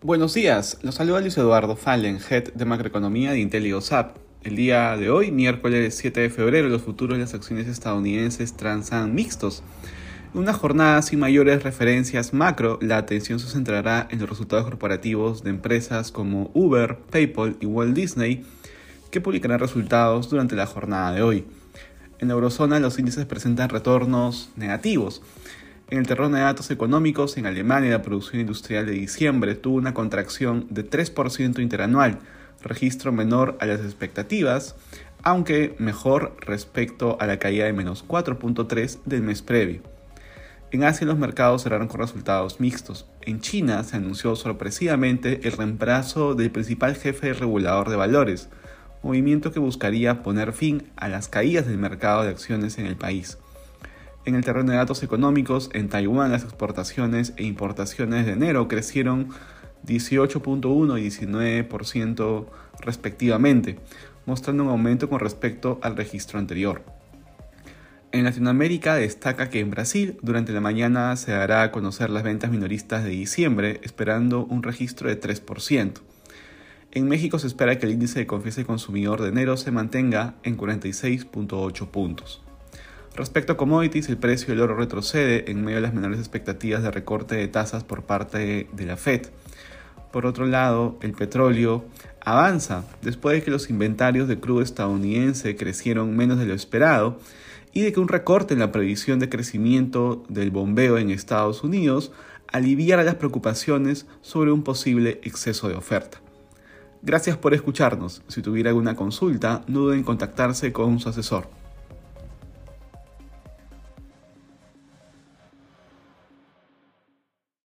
Buenos días, los saluda Luis Eduardo Fallen, Head de Macroeconomía de IntelioSAP. El día de hoy, miércoles 7 de febrero, los futuros de las acciones estadounidenses transan mixtos. En una jornada sin mayores referencias macro, la atención se centrará en los resultados corporativos de empresas como Uber, PayPal y Walt Disney, que publicarán resultados durante la jornada de hoy. En la eurozona, los índices presentan retornos negativos. En el terreno de datos económicos, en Alemania la producción industrial de diciembre tuvo una contracción de 3% interanual, registro menor a las expectativas, aunque mejor respecto a la caída de menos 4.3% del mes previo. En Asia los mercados cerraron con resultados mixtos. En China se anunció sorpresivamente el reemplazo del principal jefe regulador de valores, movimiento que buscaría poner fin a las caídas del mercado de acciones en el país. En el terreno de datos económicos, en Taiwán las exportaciones e importaciones de enero crecieron 18.1 y 19% respectivamente, mostrando un aumento con respecto al registro anterior. En Latinoamérica destaca que en Brasil durante la mañana se dará a conocer las ventas minoristas de diciembre, esperando un registro de 3%. En México se espera que el índice de confianza del consumidor de enero se mantenga en 46.8 puntos. Respecto a commodities, el precio del oro retrocede en medio de las menores expectativas de recorte de tasas por parte de la Fed. Por otro lado, el petróleo avanza después de que los inventarios de crudo estadounidense crecieron menos de lo esperado y de que un recorte en la previsión de crecimiento del bombeo en Estados Unidos aliviara las preocupaciones sobre un posible exceso de oferta. Gracias por escucharnos. Si tuviera alguna consulta, no duden en contactarse con su asesor.